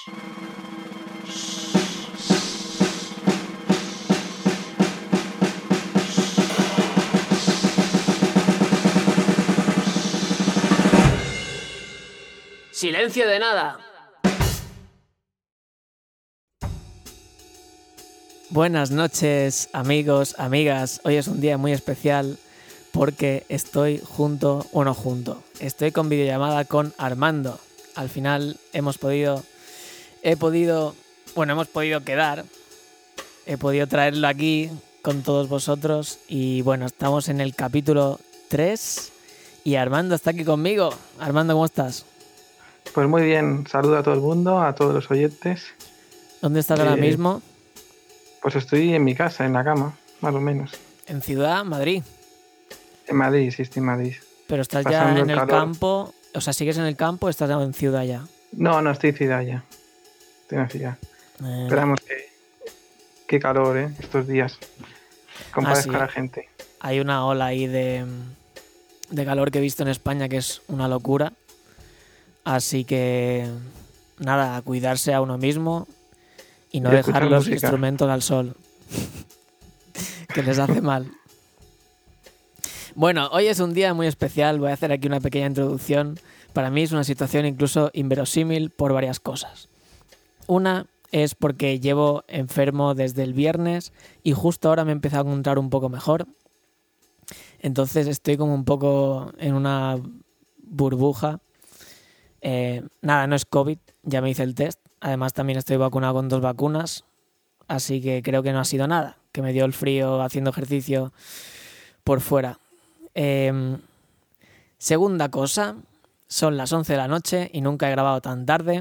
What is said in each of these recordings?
Silencio de nada. Buenas noches, amigos, amigas. Hoy es un día muy especial porque estoy estoy con videollamada con Armando. Al final hemos podido quedar. He podido traerlo aquí con todos vosotros y bueno, estamos en el capítulo 3 y Armando está aquí conmigo. Armando, ¿cómo estás? Pues muy bien, saludo a todo el mundo, a todos los oyentes. ¿Dónde estás ahora mismo? Pues estoy en mi casa, en la cama, más o menos. ¿En Ciudad, Madrid? En Madrid, sí, estoy en Madrid. Pero estás ya en el campo, o sea, ¿sigues en el campo o estás en ciudad ya? No, estoy en ciudad ya. Estoy en la ciudad. Esperamos qué calor, estos días. Compadezco a la gente. Hay una ola ahí de calor que he visto en España que es una locura. Así que, nada, a cuidarse a uno mismo y no dejar los instrumentos al sol, que les hace mal. Bueno, hoy es un día muy especial, voy a hacer aquí una pequeña introducción. Para mí es una situación incluso inverosímil por varias cosas. Una es porque llevo enfermo desde el viernes y justo ahora me he empezado a encontrar un poco mejor. Entonces estoy como un poco en una burbuja. Nada, no es COVID, ya me hice el test. Además también estoy vacunado con 2 vacunas, así que creo que no ha sido nada, que me dio el frío haciendo ejercicio por fuera. Segunda cosa, son las 11 de la noche y nunca he grabado tan tarde.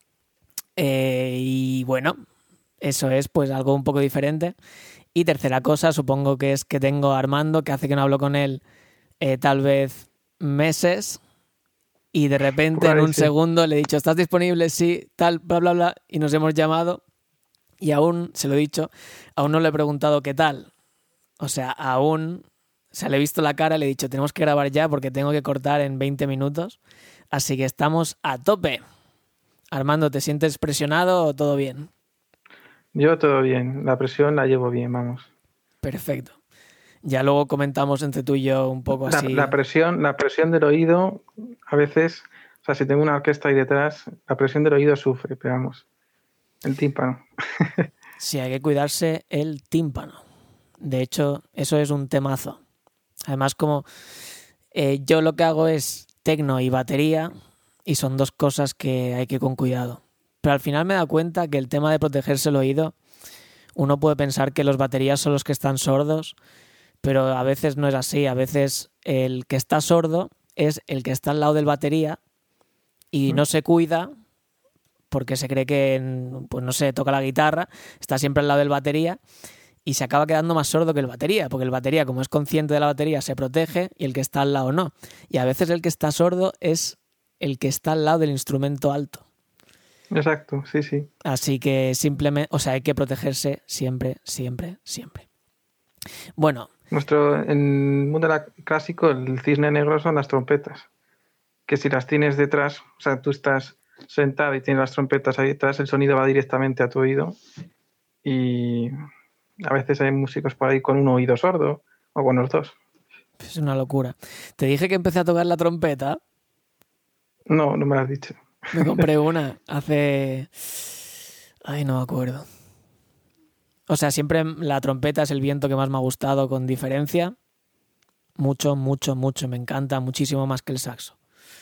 Y bueno, eso es pues algo un poco diferente. Y tercera cosa, supongo que es que tengo a Armando, que hace que no hablo con él tal vez meses. Y de repente en un segundo le he dicho, ¿estás disponible? Sí, tal, bla, bla, bla. Y nos hemos llamado y aún, se lo he dicho, aún no le he preguntado qué tal. O sea, le he visto la cara y le he dicho, tenemos que grabar ya porque tengo que cortar en 20 minutos. Así que estamos a tope. Armando, ¿te sientes presionado o todo bien? Yo todo bien, la presión la llevo bien, vamos. Perfecto. Ya luego comentamos entre tú y yo un poco así. La presión del oído, a veces, o sea, si tengo una orquesta ahí detrás, la presión del oído sufre, pero vamos, el tímpano. Sí, hay que cuidarse el tímpano. De hecho, eso es un temazo. Además, como yo lo que hago es tecno y batería, y son 2 cosas que hay que ir con cuidado. Pero al final me he dado cuenta que el tema de protegerse el oído, uno puede pensar que los baterías son los que están sordos, pero a veces no es así. A veces el que está sordo es el que está al lado del batería y no se cuida porque se cree que, pues no sé, toca la guitarra, está siempre al lado del batería y se acaba quedando más sordo que el batería, porque el batería, como es consciente de la batería, se protege y el que está al lado no. Y a veces el que está sordo es el que está al lado del instrumento alto. Exacto, sí, sí. Así que simplemente, o sea, hay que protegerse siempre, siempre, siempre. Bueno. En el mundo clásico, el cisne negro son las trompetas. Que si las tienes detrás, o sea, tú estás sentado y tienes las trompetas ahí detrás, el sonido va directamente a tu oído. Y a veces hay músicos por ahí con un oído sordo o con los 2. Es una locura. ¿Te dije que empecé a tocar la trompeta? No me lo has dicho. Me compré una hace... Ay, no me acuerdo. O sea, siempre la trompeta es el viento que más me ha gustado con diferencia. Mucho, mucho, mucho. Me encanta muchísimo más que el saxo.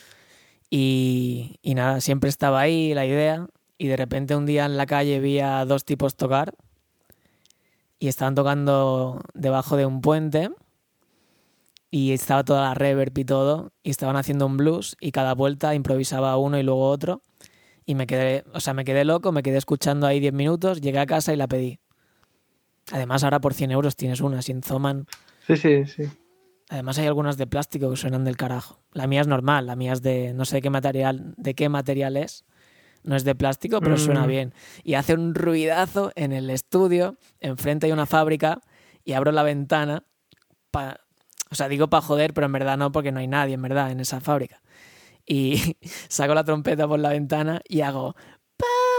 Y nada, siempre estaba ahí la idea. Y de repente un día en la calle vi a 2 tipos tocar. Y estaban tocando debajo de un puente. Y estaba toda la reverb y todo. Y estaban haciendo un blues. Y cada vuelta improvisaba uno y luego otro. Y me quedé loco, me quedé escuchando ahí 10 minutos. Llegué a casa y la pedí. Además, ahora por 100 euros tienes una, sin Zoman. Sí. Además hay algunas de plástico que suenan del carajo. La mía es normal, la mía es de no sé de qué material es. No es de plástico, pero suena bien. Y hace un ruidazo en el estudio. Enfrente hay una fábrica y abro la ventana. Digo para joder, pero en verdad no, porque no hay nadie, en verdad, en esa fábrica. Y saco la trompeta por la ventana y hago...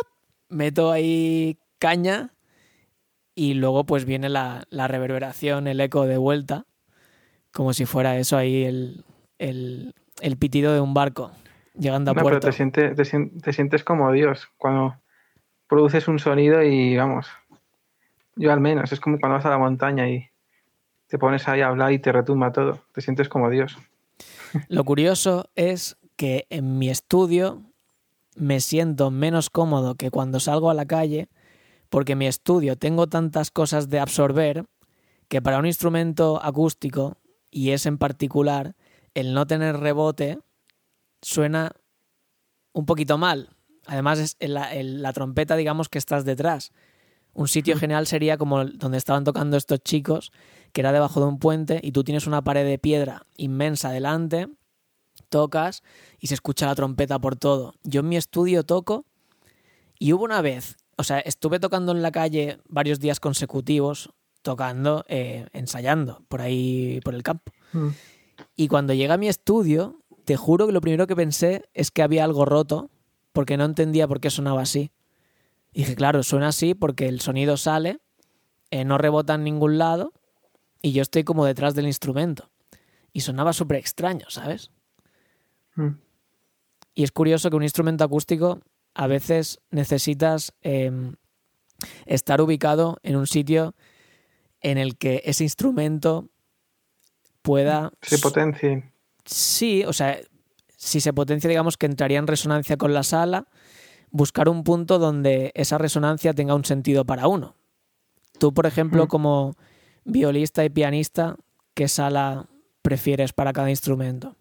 meto ahí caña y luego pues viene la reverberación, el eco de vuelta, como si fuera eso ahí el pitido de un barco llegando a No, pero puerto. te sientes como Dios cuando produces un sonido y vamos, yo al menos, es como cuando vas a la montaña y te pones ahí a hablar y te retumba todo, te sientes como Dios. Lo curioso es que en mi estudio me siento menos cómodo que cuando salgo a la calle, porque en mi estudio tengo tantas cosas de absorber que para un instrumento acústico, y es en particular, el no tener rebote suena un poquito mal. Además, es la trompeta, digamos, que estás detrás. Un sitio genial sería como donde estaban tocando estos chicos, que era debajo de un puente y tú tienes una pared de piedra inmensa delante, tocas y se escucha la trompeta por todo. Yo en mi estudio toco y hubo una vez, o sea, estuve tocando en la calle varios días consecutivos, tocando, ensayando por ahí, por el campo. Y cuando llegué a mi estudio, te juro que lo primero que pensé es que había algo roto, porque no entendía por qué sonaba así. Y dije, claro, suena así porque el sonido sale, no rebota en ningún lado y yo estoy como detrás del instrumento. Y sonaba súper extraño, ¿sabes? Y es curioso que un instrumento acústico a veces necesitas estar ubicado en un sitio en el que ese instrumento pueda... Se potencie. Sí, o sea, si se potencia, digamos que entraría en resonancia con la sala, buscar un punto donde esa resonancia tenga un sentido para uno. Tú, por ejemplo, como violista y pianista, ¿qué sala prefieres para cada instrumento?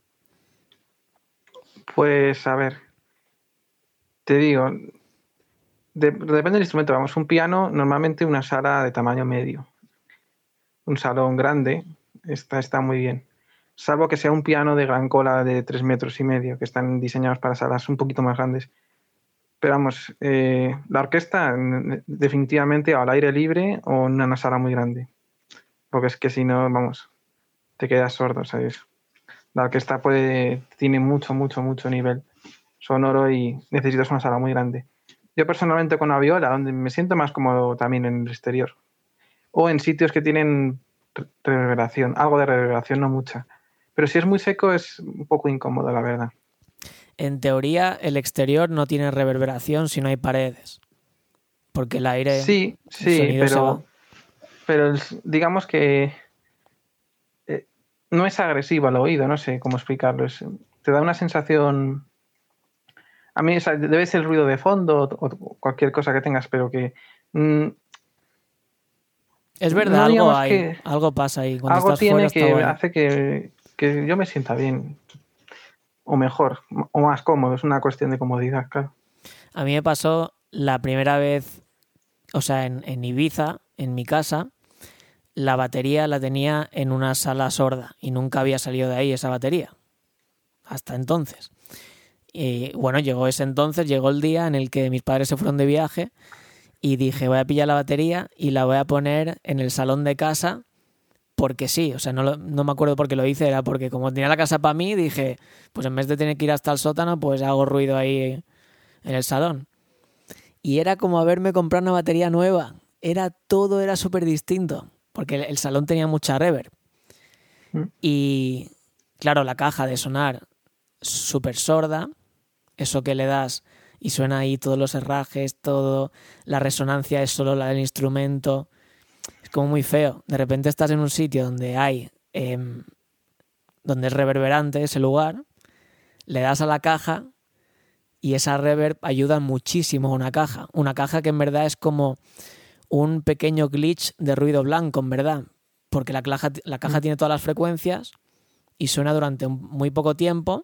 Pues a ver, te digo, depende del instrumento. Vamos, un piano, normalmente una sala de tamaño medio. Un salón grande está muy bien. Salvo que sea un piano de gran cola de 3,5 metros, que están diseñados para salas un poquito más grandes. Pero vamos, la orquesta definitivamente al aire libre o en una sala muy grande. Porque es que si no, vamos, te quedas sordo, ¿sabes? La orquesta tiene mucho nivel sonoro y necesitas una sala muy grande. Yo personalmente con la viola, donde me siento más cómodo también en el exterior. O en sitios que tienen reverberación, algo de reverberación, no mucha. Pero si es muy seco es un poco incómodo, la verdad. En teoría, el exterior no tiene reverberación si no hay paredes. Porque el aire, Sí, el sonido se va. pero digamos que no es agresivo al oído, no sé cómo explicarlo. Te da una sensación... A mí, o sea, debe ser el ruido de fondo o cualquier cosa que tengas, pero que... Es verdad, no algo digamos hay, que algo pasa ahí. Cuando algo estás fuera tiene está que guay. hace que yo me sienta bien, o mejor, o más cómodo. Es una cuestión de comodidad, claro. A mí me pasó la primera vez, o sea, en Ibiza, en mi casa, la batería la tenía en una sala sorda y nunca había salido de ahí esa batería. Hasta entonces. Y bueno, llegó el día en el que mis padres se fueron de viaje y dije, voy a pillar la batería y la voy a poner en el salón de casa porque sí, o sea, no me acuerdo por qué lo hice, era porque como tenía la casa para mí, dije, pues en vez de tener que ir hasta el sótano, pues hago ruido ahí en el salón. Y era como haberme comprado una batería nueva. Todo era súper distinto, porque el salón tenía mucha reverb. Y claro, la caja de sonar súper sorda, eso que le das y suena ahí todos los herrajes, todo, la resonancia es solo la del instrumento, es como muy feo. De repente estás en un sitio donde hay, donde es reverberante ese lugar, le das a la caja y esa reverb ayuda muchísimo a una caja que en verdad es como un pequeño glitch de ruido blanco, en verdad, porque la caja tiene todas las frecuencias y suena durante muy poco tiempo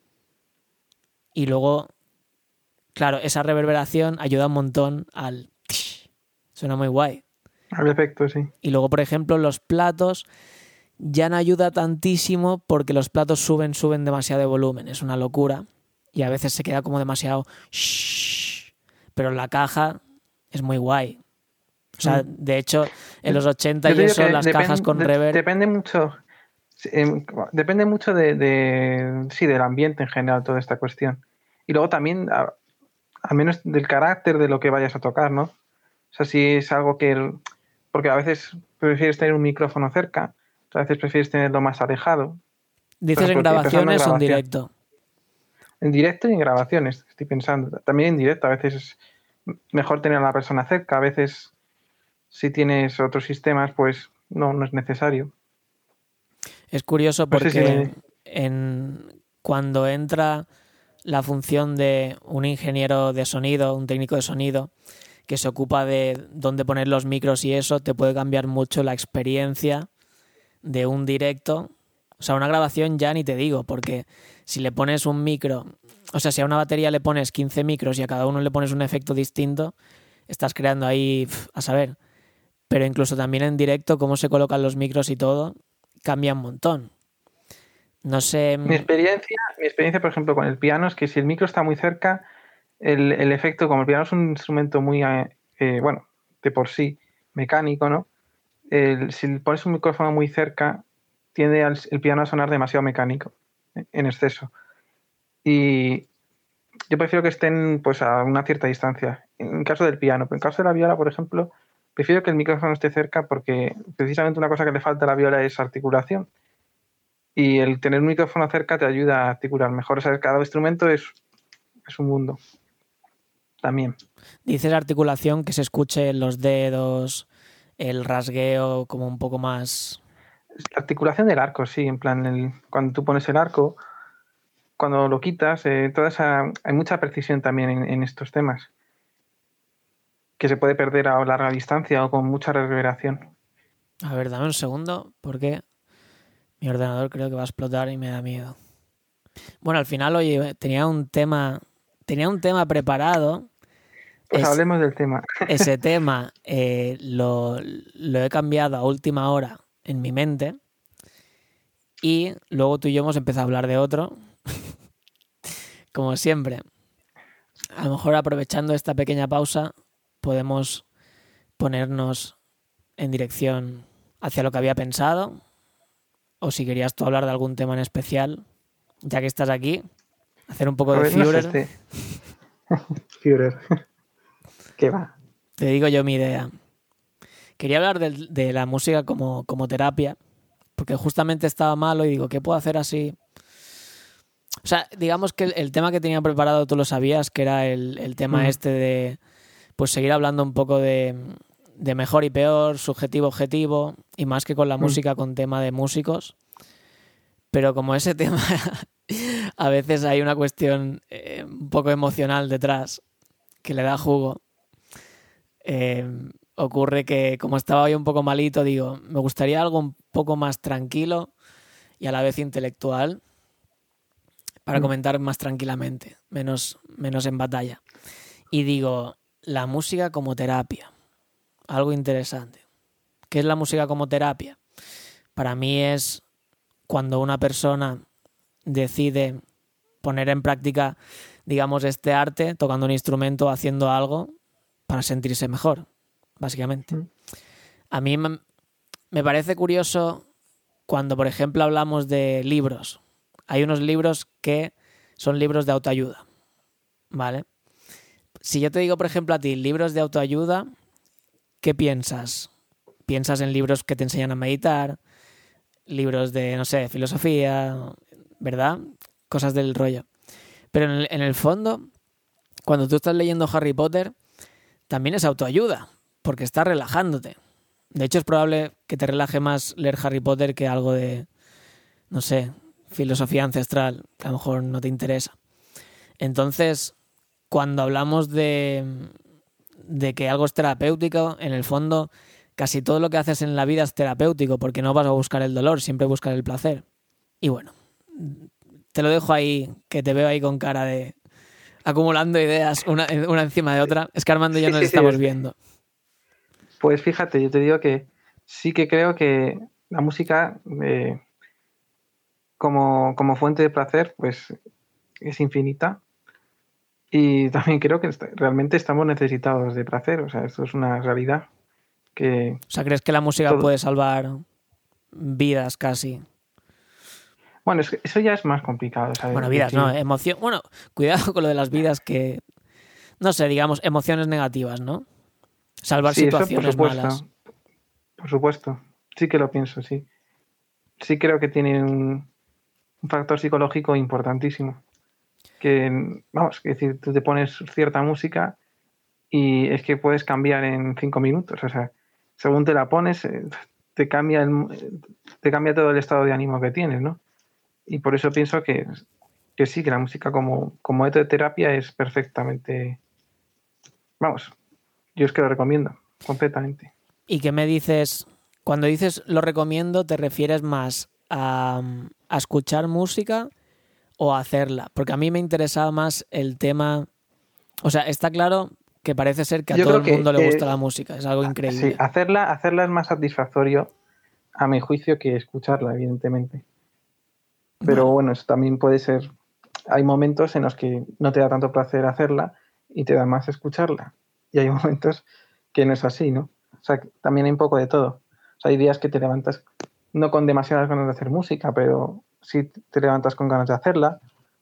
y luego, claro, esa reverberación ayuda un montón al... Suena muy guay. Al efecto, sí. Y luego, por ejemplo, los platos ya no ayuda tantísimo porque los platos suben demasiado de volumen. Es una locura. Y a veces se queda como demasiado... Pero la caja es muy guay. O sea, de hecho, en los 80 y eso, las cajas con reverb... Depende mucho... Depende mucho sí, del ambiente en general, toda esta cuestión. Y luego también al menos del carácter de lo que vayas a tocar, ¿no? O sea, si es algo que... Porque a veces prefieres tener un micrófono cerca, a veces prefieres tenerlo más alejado. Por ¿Dices en ejemplo, empezando en grabaciones o en grabación. directo? En directo y en grabaciones, estoy pensando. También en directo, a veces es mejor tener a la persona cerca, a veces si tienes otros sistemas, pues no es necesario. Es curioso No sé si porque me... cuando entra la función de un ingeniero de sonido, un técnico de sonido, que se ocupa de dónde poner los micros y eso, te puede cambiar mucho la experiencia de un directo. O sea, una grabación ya ni te digo, porque si le pones un micro, o sea, si a una batería le pones 15 micros y a cada uno le pones un efecto distinto, estás creando ahí, a saber. Pero incluso también en directo, cómo se colocan los micros y todo, cambia un montón. No sé. Mi experiencia, por ejemplo, con el piano es que si el micro está muy cerca, el efecto, como el piano es un instrumento muy, bueno, de por sí mecánico, ¿no? Si pones un micrófono muy cerca, tiende el piano a sonar demasiado mecánico, en exceso. Y yo prefiero que estén pues a una cierta distancia, en caso del piano. Pero en caso de la viola, por ejemplo, prefiero que el micrófono esté cerca porque precisamente una cosa que le falta a la viola es articulación. Y el tener un micrófono cerca te ayuda a articular mejor. O sea, cada instrumento es un mundo también. Dices articulación, que se escuche los dedos, el rasgueo como un poco más. La articulación del arco, sí, en plan, cuando tú pones el arco, cuando lo quitas, hay mucha precisión también en estos temas, que se puede perder a larga distancia o con mucha reverberación. A ver, dame un segundo, porque mi ordenador creo que va a explotar y me da miedo. Bueno, al final, oye, tenía un tema preparado. Pues hablemos del tema. Ese tema lo he cambiado a última hora en mi mente y luego tú y yo hemos empezado a hablar de otro, como siempre. A lo mejor aprovechando esta pequeña pausa podemos ponernos en dirección hacia lo que había pensado, o si querías tú hablar de algún tema en especial, ya que estás aquí, hacer un poco de Führer. No sé, Führer. ¿Qué va? Te digo yo mi idea. Quería hablar de la música como terapia, porque justamente estaba malo y digo, ¿qué puedo hacer así? O sea, digamos que el tema que tenía preparado tú lo sabías, que era el tema este de pues seguir hablando un poco de mejor y peor, subjetivo, objetivo, y más que con la música, con tema de músicos. Pero como ese tema a veces hay una cuestión un poco emocional detrás que le da jugo, ocurre que como estaba hoy un poco malito, digo, me gustaría algo un poco más tranquilo y a la vez intelectual para comentar más tranquilamente, menos en batalla. Y digo, la música como terapia, algo interesante. ¿Qué es la música como terapia? Para mí es cuando una persona decide poner en práctica, digamos, este arte, tocando un instrumento, haciendo algo para sentirse mejor, básicamente. A mí me parece curioso cuando, por ejemplo, hablamos de libros. Hay unos libros que son libros de autoayuda, ¿vale? Si yo te digo, por ejemplo, a ti, libros de autoayuda, ¿qué piensas? ¿Piensas en libros que te enseñan a meditar? Libros de, no sé, filosofía, ¿verdad? Cosas del rollo. Pero en el fondo, cuando tú estás leyendo Harry Potter, también es autoayuda, porque estás relajándote. De hecho, es probable que te relaje más leer Harry Potter que algo de, no sé, filosofía ancestral, que a lo mejor no te interesa. Entonces, cuando hablamos de que algo es terapéutico, en el fondo, casi todo lo que haces en la vida es terapéutico, porque no vas a buscar el dolor, siempre buscas el placer. Y bueno, te lo dejo ahí, que te veo ahí con cara de acumulando ideas una encima de otra. Es que Armando y yo nos estamos viendo. Pues fíjate, yo te digo que sí que creo que la música como fuente de placer pues es infinita y también creo que realmente estamos necesitados de placer, o sea, esto es una realidad que... O sea, ¿crees que la música puede salvar vidas casi? Bueno, eso ya es más complicado, ¿sabes? Bueno, vidas, no, emoción. Bueno, cuidado con lo de las vidas, que no sé, digamos, emociones negativas, ¿no? Salvar Sí, eso situaciones malas. por supuesto. Sí que lo pienso, sí. Sí creo que tiene un factor psicológico importantísimo. Que, vamos, que decir, tú te pones cierta música y es que puedes cambiar en 5 minutos. O sea, según te la pones, te cambia todo el estado de ánimo que tienes, ¿no? Y por eso pienso que sí, que la música como método de terapia es perfectamente, vamos, yo es que lo recomiendo completamente. ¿Y qué me dices? Cuando dices lo recomiendo, ¿te refieres más a escuchar música o a hacerla? Porque a mí me interesaba más el tema. O sea, está claro que parece ser que a Yo todo creo el mundo que le gusta la música, es algo sí, increíble. hacerla es más satisfactorio a mi juicio que escucharla, evidentemente. Pero Vale. bueno, eso también puede ser. Hay momentos en los que no te da tanto placer hacerla y te da más escucharla. Y hay momentos que no es así, ¿no? O sea, que también hay un poco de todo. O sea, hay días que te levantas no con demasiadas ganas de hacer música, pero sí te levantas con ganas de hacerla.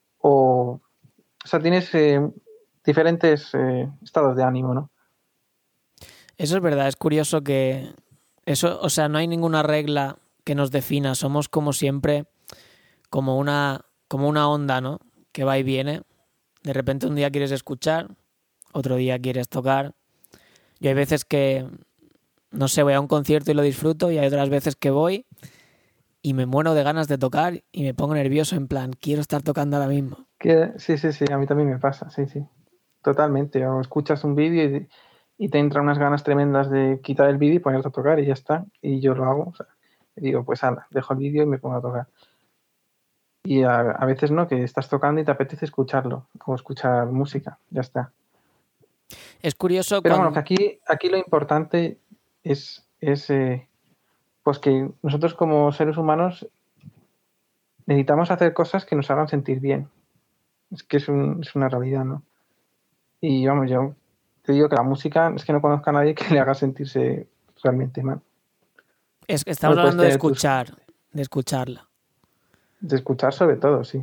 O sea, tienes diferentes estados de ánimo, ¿no? Eso es verdad, es curioso que eso, o sea, no hay ninguna regla que nos defina, somos como siempre como una onda, ¿no? Que va y viene. De repente un día quieres escuchar, otro día quieres tocar. Yo hay veces que, no sé, voy a un concierto y lo disfruto y hay otras veces que voy y me muero de ganas de tocar y me pongo nervioso en plan, quiero estar tocando ahora mismo. Sí, sí, sí, a mí también me pasa, sí, sí. Totalmente. O escuchas un vídeo y te entran unas ganas tremendas de quitar el vídeo y ponerte a tocar y ya está. Y yo lo hago. O sea, y digo, pues anda, dejo el vídeo y me pongo a tocar. Y a veces no, que estás tocando y te apetece escucharlo o escuchar música, ya está. Es curioso Pero bueno, que cuando... aquí lo importante es pues que nosotros como seres humanos necesitamos hacer cosas que nos hagan sentir bien. Es que es una realidad, ¿no? Y vamos, yo te digo que la música es que no conozco a nadie que le haga sentirse realmente mal. Es que estamos Hombre, puedes hablando tener tus. de escucharla. De escuchar sobre todo, sí.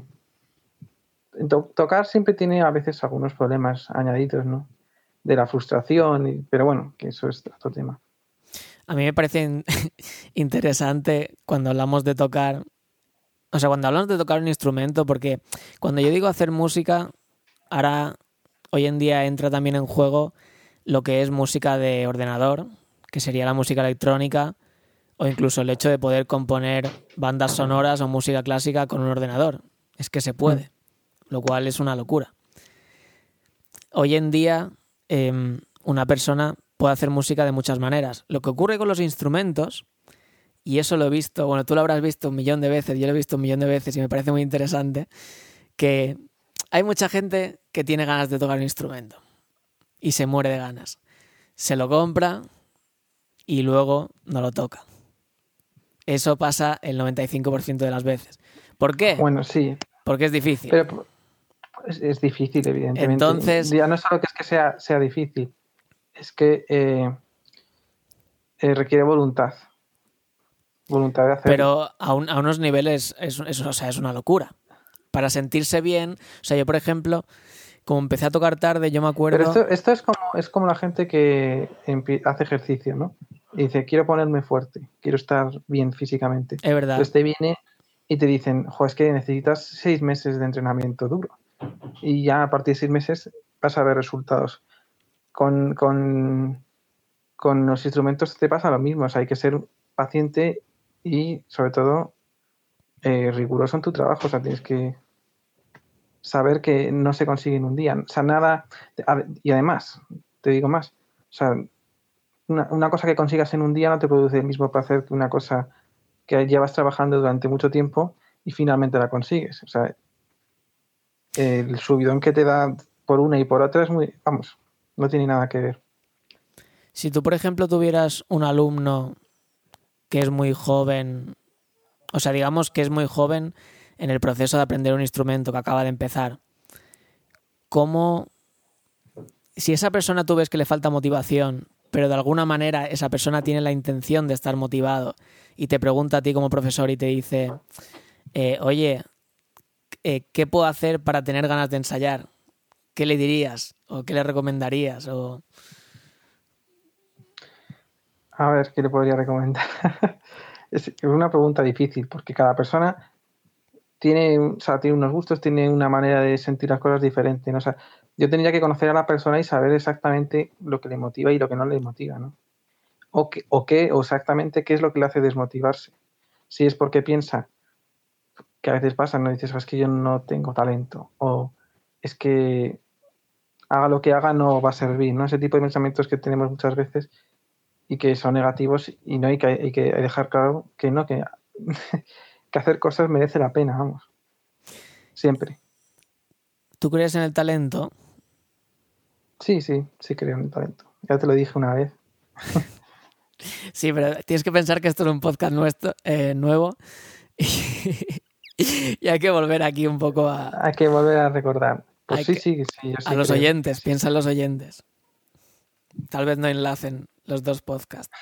Tocar siempre tiene a veces algunos problemas añadidos, ¿no? De la frustración, pero bueno, que eso es otro tema. A mí me parece interesante cuando hablamos de tocar, o sea, cuando hablamos de tocar un instrumento, porque cuando yo digo hacer música, ahora, hoy en día entra también en juego lo que es música de ordenador, que sería la música electrónica, o incluso el hecho de poder componer bandas sonoras o música clásica con un ordenador. Es que se Mm. puede, lo cual es una locura. Hoy en día, una persona puede hacer música de muchas maneras. Lo que ocurre con los instrumentos, y eso lo he visto, bueno, tú lo habrás visto un millón de veces, yo lo he visto un millón de veces y me parece muy interesante, que hay mucha gente que tiene ganas de tocar un instrumento y se muere de ganas. Se lo compra y luego no lo toca. Eso pasa el 95% de las veces. ¿Por qué? Bueno, sí, Porque es difícil. pero es difícil, evidentemente. Entonces, Ya no es solo que es que sea difícil, es que requiere voluntad de hacerlo. pero a unos niveles o sea, es una locura. Para sentirse bien, o sea, yo por ejemplo, como empecé a tocar tarde, yo me Pero acuerdo, esto es como la gente que hace ejercicio, ¿no? Y dice, quiero ponerme fuerte, quiero estar bien físicamente. es verdad, Entonces te viene y te dicen, jo, es que necesitas 6 meses de entrenamiento duro. Y ya a partir de 6 meses vas a ver resultados. Con, con, con los instrumentos te pasa lo mismo, o sea, hay que ser paciente y sobre todo riguroso en tu trabajo, o sea, tienes que saber que no se consigue en un día, o sea, nada, y además, te digo más, o sea, una cosa que consigas en un día no te produce el mismo placer que una cosa que llevas trabajando durante mucho tiempo y finalmente la consigues, o sea, el subidón que te da por una y por otra es muy, vamos, no tiene nada que ver. si tú por ejemplo tuvieras un alumno que es muy joven, o sea, digamos que es muy joven en el proceso de aprender un instrumento que acaba de empezar, ¿cómo, si esa persona tú ves que le falta motivación, pero de alguna manera esa persona tiene la intención de estar motivado y te pregunta a ti como profesor y te dice, oye, ¿qué puedo hacer para tener ganas de ensayar? ¿qué le dirías? ¿O qué le recomendarías? A ver, ¿qué le podría recomendar? Es una pregunta difícil porque cada persona tiene unos gustos, tiene una manera de sentir las cosas diferente, ¿no? O sea, yo tendría que conocer a la persona y saber exactamente lo que le motiva y lo que no le motiva, ¿no? O exactamente qué es lo que le hace desmotivarse. Si es porque piensa, que a veces pasa, ¿no? Dices, es que yo no tengo talento, o es que haga lo que haga no va a servir, ¿no? Ese tipo de pensamientos que tenemos muchas veces y que son negativos y no hay que dejar claro que no, que, que hacer cosas merece la pena, vamos. Siempre. ¿Tú crees en el talento? Sí creo en el talento. Ya te lo dije una vez. Sí, pero tienes que pensar que esto es un podcast nuevo y hay que volver aquí un poco Hay que volver a recordar. Pues sí, yo sí a los creo. oyentes, piensa en los oyentes. Tal vez no enlacen los dos podcasts.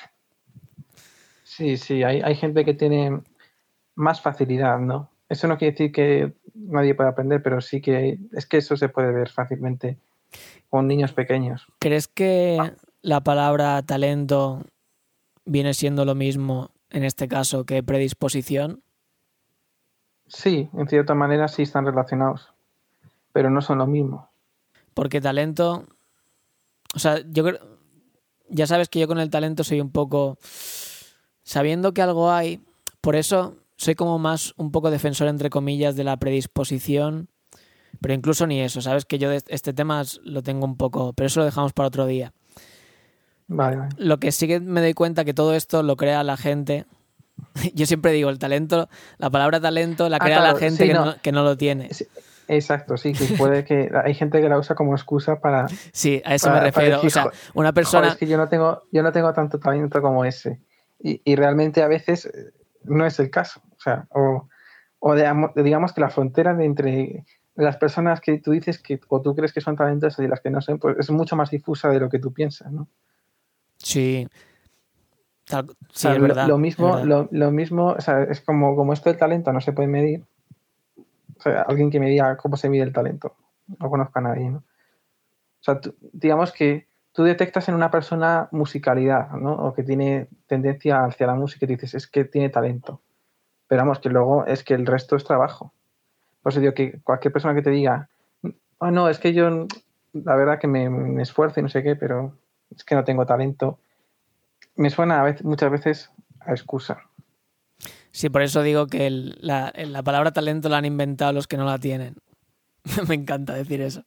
Sí, hay gente que tiene más facilidad, ¿no? Eso no quiere decir que nadie pueda aprender, pero sí que es que eso se puede ver fácilmente con niños pequeños. ¿Crees que la palabra talento viene siendo lo mismo en este caso que predisposición? Sí, en cierta manera sí están relacionados, pero no son lo mismo. Porque talento, o sea, yo creo, ya sabes que yo con el talento soy un poco, sabiendo que algo hay, por eso soy como más un poco defensor entre comillas de la predisposición, pero incluso ni eso, sabes que yo de este tema lo tengo un poco, pero eso lo dejamos para otro día. Vale. Lo que sí que me doy cuenta que todo esto lo crea la gente. Yo siempre digo, el talento, la palabra talento la crea claro, la gente sí, que no lo tiene. Sí, exacto, sí, que puede que hay gente que la usa como excusa para, Sí, a eso me refiero. decir, O sea, una persona... es que yo no tengo tanto talento como ese. Y realmente a veces no es el caso. O sea, digamos que la frontera de entre las personas que tú dices que o tú crees que son talentosas y las que no son, pues es mucho más difusa de lo que tú piensas, ¿no? Sí, sí, O sea, es verdad. lo mismo, Es verdad. lo mismo, o sea, es como esto del talento no se puede medir. O sea, alguien que me diga cómo se mide el talento. No conozco a nadie, ¿no? O sea, digamos que tú detectas en una persona musicalidad, ¿no? O que tiene tendencia hacia la música y dices, es que tiene talento. Pero vamos, que luego es que el resto es trabajo. Por eso digo que cualquier persona que te diga, oh, no, es que yo, la verdad que me esfuerzo y no sé qué, pero es que no tengo talento, me suena muchas veces a excusa. Sí, por eso digo que la palabra talento la han inventado los que no la tienen. Me encanta decir eso.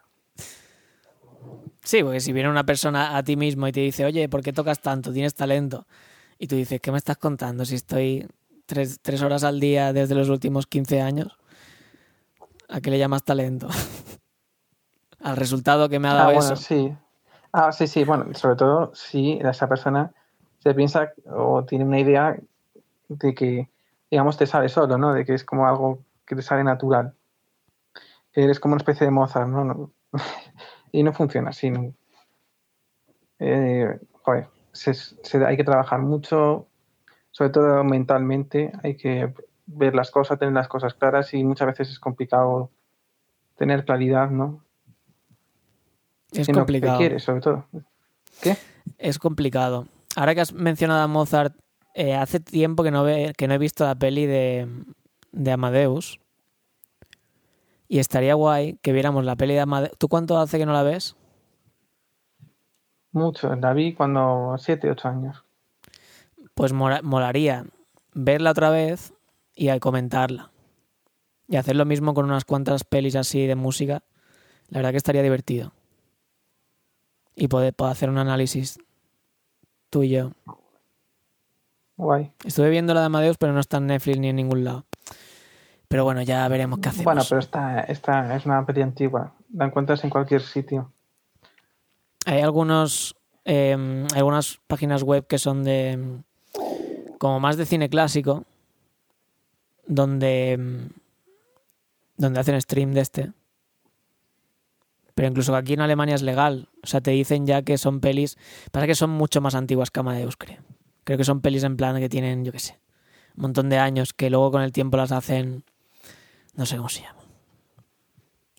Sí, porque si viene una persona a ti mismo y te dice, oye, ¿por qué tocas tanto? ¿Tienes talento? Y tú dices, ¿qué me estás contando? Si estoy tres horas al día desde los últimos 15 años, ¿a qué le llamas talento? Al resultado que me ha dado Bueno, eso. sí. Sí, bueno, sobre todo si esa persona se piensa o tiene una idea de que, digamos, te sale solo, ¿no? De que es como algo que te sale natural. Que eres como una especie de Mozart, ¿no? Y no funciona así, ¿no? Joder, hay que trabajar mucho, sobre todo mentalmente, hay que ver las cosas, tener las cosas claras y muchas veces es complicado tener claridad, ¿no? Es En lo que complicado. quieres, sobre todo. ¿Qué? Es complicado. Ahora que has mencionado a Mozart, hace tiempo que no he visto la peli de Amadeus. Y estaría guay que viéramos la peli de Amadeus. ¿Tú cuánto hace que no la ves? Mucho. La vi cuando 7, 8 años. Pues molaría verla otra vez y comentarla. Y hacer lo mismo con unas cuantas pelis así de música. La verdad que estaría divertido. Y poder hacer un análisis tú y yo. Guay. Estuve viendo la de Amadeus, pero no está en Netflix ni en ningún lado. Pero bueno, ya veremos qué hacemos. Bueno, pero esta es una peli antigua. La encuentras en cualquier sitio. Hay algunas páginas web que son de como más de cine clásico, donde hacen stream de este. Pero incluso aquí en Alemania es legal. O sea, te dicen ya que son pelis... Pasa que son mucho más antiguas que Amadeus, creo. Creo que son pelis en plan que tienen, yo qué sé, un montón de años, que luego con el tiempo las hacen... No sé cómo se llama.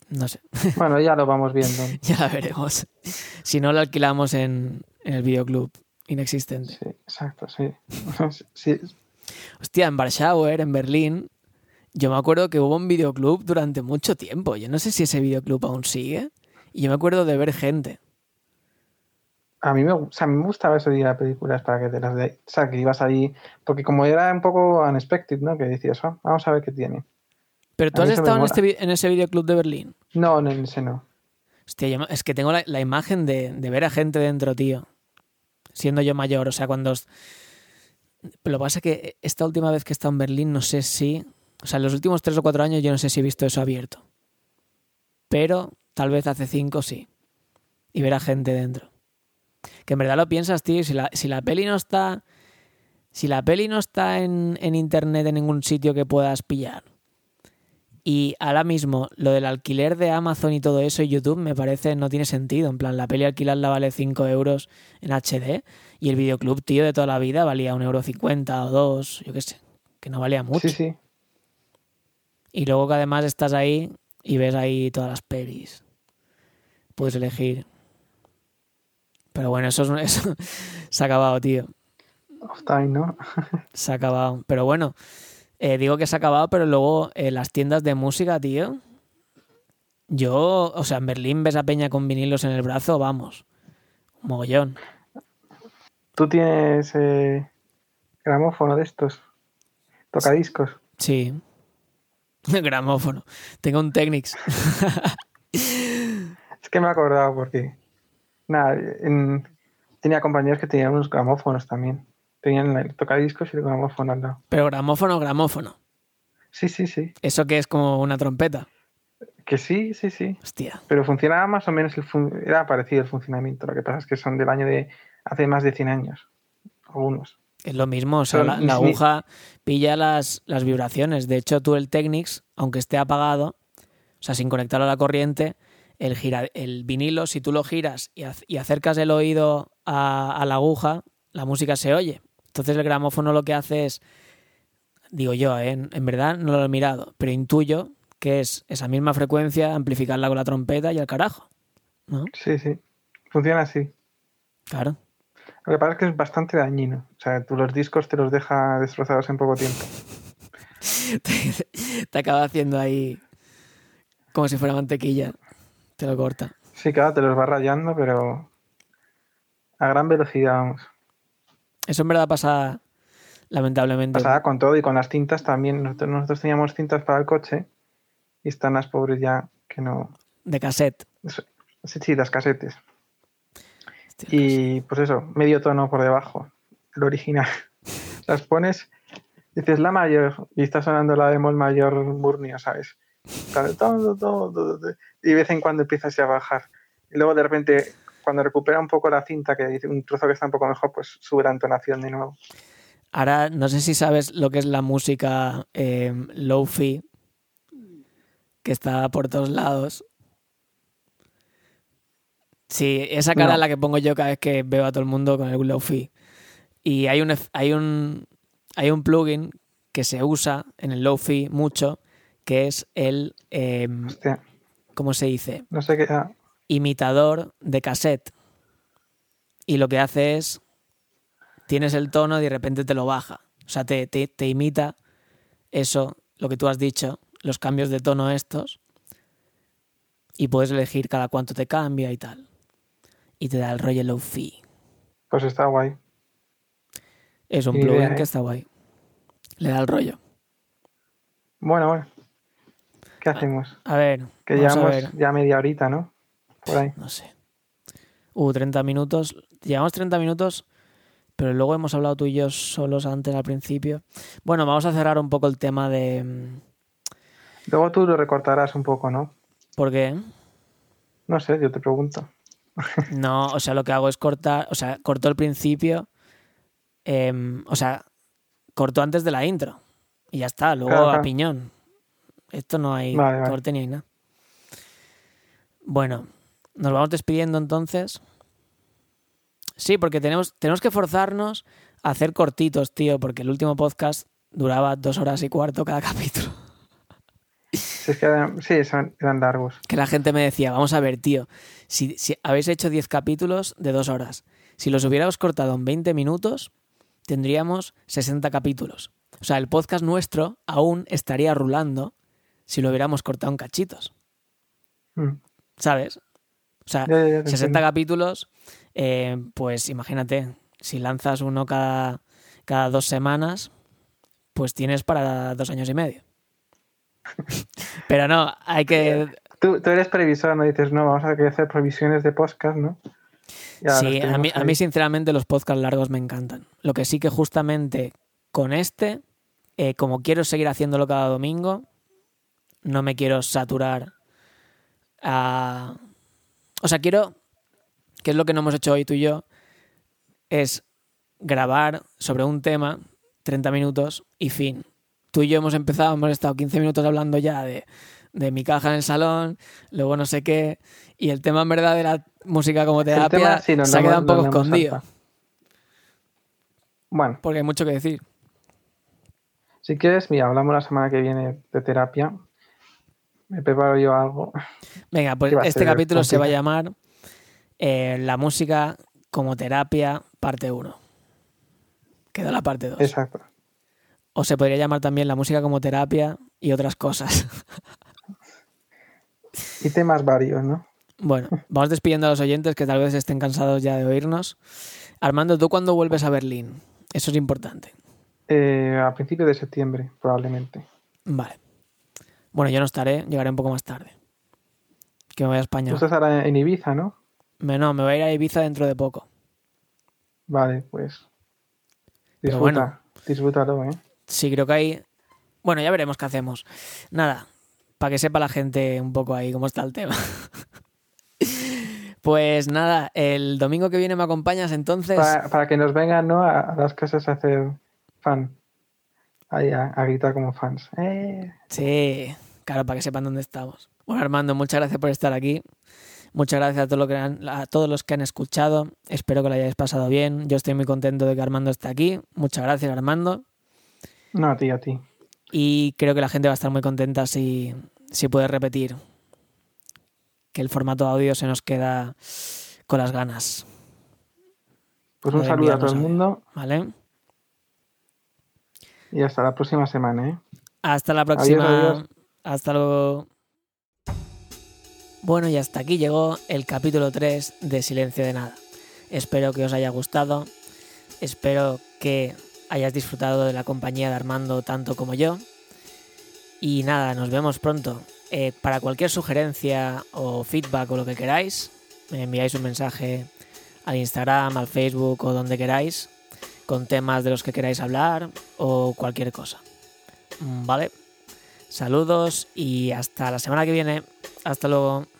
No sé. Bueno, ya lo vamos viendo. Ya la veremos. Si no, lo alquilamos en el videoclub inexistente. Sí, exacto, sí. Sí, Hostia, en Warschauer, en Berlín, yo me acuerdo que hubo un videoclub durante mucho tiempo. Yo no sé si ese videoclub aún sigue. Y yo me acuerdo de ver gente. a mí o sea, a mí me gustaba eso de ir a películas para que te las de... O sea, que ibas ahí... Porque como era un poco unexpected, ¿no? Que decías, "Oh, vamos a ver qué tiene". ¿Pero A tú has mí eso me estado en, mola. en ese videoclub de Berlín? No, en ese no. Hostia, es que tengo la imagen de ver a gente dentro, tío. Siendo yo mayor, o sea, cuando... Pero lo que pasa es que esta última vez que he estado en Berlín, no sé si... O sea, en los últimos 3 o 4 años yo no sé si he visto eso abierto. Pero tal vez hace 5 sí. Y ver a gente dentro. Que en verdad lo piensas, tío, si la peli no está... Si la peli no está en internet en ningún sitio que puedas pillar. Y ahora mismo lo del alquiler de Amazon y todo eso y YouTube me parece no tiene sentido. En plan, la peli alquilarla vale 5 euros en HD y el videoclub, tío, de toda la vida valía 1,50 € o 2, yo qué sé, que no valía Sí, mucho. sí. Y luego que además estás ahí y ves ahí todas las pelis. Puedes elegir. Pero bueno, eso se ha acabado, tío. Off time, ¿no? Se ha acabado. Pero bueno, digo que se ha acabado, pero luego las tiendas de música, tío. Yo, o sea, en Berlín ves a peña con vinilos en el brazo, vamos. Un mogollón. Tú tienes gramófono de estos, tocadiscos. Sí. Gramófono. Tengo un Technics. Es que me he acordado porque, nada, tenía compañeros que tenían unos gramófonos también. Tenían el tocadiscos y el gramófono al lado. Pero gramófono, gramófono. Sí, sí, sí. Eso que es como una trompeta. Que sí, sí, sí. Hostia. Pero funcionaba más o menos, era parecido el funcionamiento. Lo que pasa es que son del año de hace más de 100 años. Algunos. Es lo mismo. O sea, Pero la aguja pilla las vibraciones. De hecho, tú el Technics, aunque esté apagado, o sea, sin conectarlo a la corriente, el vinilo, si tú lo giras y acercas el oído a la aguja, la música se oye. Entonces el gramófono lo que hace es, digo yo, en verdad no lo he mirado, pero intuyo que es esa misma frecuencia, amplificarla con la trompeta y al carajo, ¿no? Sí, sí. Funciona así. Claro. Lo que pasa es que es bastante dañino. O sea, tú los discos te los deja destrozados en poco tiempo. Te acaba haciendo ahí como si fuera mantequilla. Te lo corta. Sí, claro, te los va rayando, pero a gran velocidad, vamos. Eso en verdad pasa, lamentablemente. Pasaba con todo y con las cintas también. Nosotros teníamos cintas para el coche y están las pobres ya que no... De cassette. Sí, sí, las casetes. Hostia, Y pues eso, medio tono por debajo, el original. Las pones, dices la mayor y está sonando la bemol mayor burnio, ¿sabes? Y de vez en cuando empiezas a bajar. Y luego de repente, cuando recupera un poco la cinta, que dice un trozo que está un poco mejor, pues sube la entonación de nuevo. Ahora, no sé si sabes lo que es la música lo-fi, que está por todos lados. Sí, esa cara No. es la que pongo yo cada vez que veo a todo el mundo con el lo-fi. Y hay un plugin que se usa en el lo-fi mucho, que es el, Hostia, ¿cómo se dice? no sé qué... Imitador de cassette. Y lo que hace es, tienes el tono y de repente te lo baja. O sea, te imita eso, lo que tú has dicho, los cambios de tono estos, y puedes elegir cada cuánto te cambia y tal. Y te da el rollo lo-fi. Pues está guay. Es un Ni plugin idea, que está guay. Le da el rollo. Bueno. ¿Qué hacemos? A ver, Que vamos a llevamos ver. ya media horita, ¿no? Por ahí. No sé. 30 minutos. Llevamos 30 minutos, pero luego hemos hablado tú y yo solos antes al principio. Bueno, vamos a cerrar un poco el tema de... Luego tú lo recortarás un poco, ¿no? ¿Por qué? No sé, yo te pregunto. No, o sea, lo que hago es cortar... O sea, corto el principio. O sea, corto antes de la intro. Y ya está, luego Claro, a claro. piñón. Esto no hay Vale. corte ni hay nada. Bueno, nos vamos despidiendo entonces. Sí, porque tenemos que forzarnos a hacer cortitos, tío, porque el último podcast duraba 2 horas y cuarto cada capítulo. Sí, Es que eran largos. Que la gente me decía, vamos a ver, tío, si habéis hecho 10 capítulos de 2 horas, si los hubiéramos cortado en 20 minutos, tendríamos 60 capítulos. O sea, el podcast nuestro aún estaría rulando si lo hubiéramos cortado en cachitos. ¿Sabes? O sea, Ya 60 entiendo. capítulos, pues imagínate, si lanzas uno cada 2 semanas, pues tienes para 2 años y medio. Pero no, hay que... Tú eres previsor, ¿no? Dices, no, vamos a hacer previsiones de podcast, ¿no? Ya, Sí, a mí sinceramente los podcasts largos me encantan. Lo que sí que justamente con como quiero seguir haciéndolo cada domingo, no me quiero saturar O sea, quiero, que es lo que no hemos hecho hoy tú y yo, es grabar sobre un tema 30 minutos y fin. Tú y yo hemos estado 15 minutos hablando ya de mi caja en el salón, luego no sé qué, y el tema en verdad de la música como terapia se ha quedado un poco escondido. Bueno. Porque hay mucho que decir. Si quieres, mira, hablamos la semana que viene de terapia. Me preparo yo algo. Venga, pues este capítulo se va a llamar La música como terapia, parte 1. Queda la parte 2. Exacto. O se podría llamar también La música como terapia y otras cosas. Y temas varios, ¿no? Bueno, vamos despidiendo a los oyentes que tal vez estén cansados ya de oírnos. Armando, ¿tú cuándo vuelves a Berlín? Eso es importante. A principios de septiembre, probablemente. Vale. Bueno, yo no estaré, llegaré un poco más tarde. Que me voy a España. Tú estás ahora en Ibiza, ¿no? No, me voy a ir a Ibiza dentro de poco. Vale, pues. Disfrútalo, ¿eh? Sí, creo que hay... Bueno, ya veremos qué hacemos. Nada, para que sepa la gente un poco ahí cómo está el tema. Pues nada, el domingo que viene me acompañas entonces... Para que nos vengan, ¿no? A las casas a hacer fan. Ahí a gritar como fans. Sí, claro, para que sepan dónde estamos. Bueno, Armando, muchas gracias por estar aquí. Muchas gracias a todos los que han escuchado. Espero que lo hayáis pasado bien. Yo estoy muy contento de que Armando esté aquí. Muchas gracias, Armando. No, a ti. Y creo que la gente va a estar muy contenta si puede repetir. Que el formato audio se nos queda con las ganas. Pues un saludo a todo el mundo. ¿Vale? Y hasta la próxima semana, ¿eh? Hasta la próxima. Adiós. Hasta luego. Bueno, y hasta aquí llegó el capítulo 3 de Silencio de Nada. Espero que os haya gustado. Espero que hayas disfrutado de la compañía de Armando tanto como yo. Y nada, nos vemos pronto. Para cualquier sugerencia o feedback o lo que queráis, me enviáis un mensaje al Instagram, al Facebook o donde queráis, con temas de los que queráis hablar o cualquier cosa. ¿Vale? Saludos y hasta la semana que viene. Hasta luego.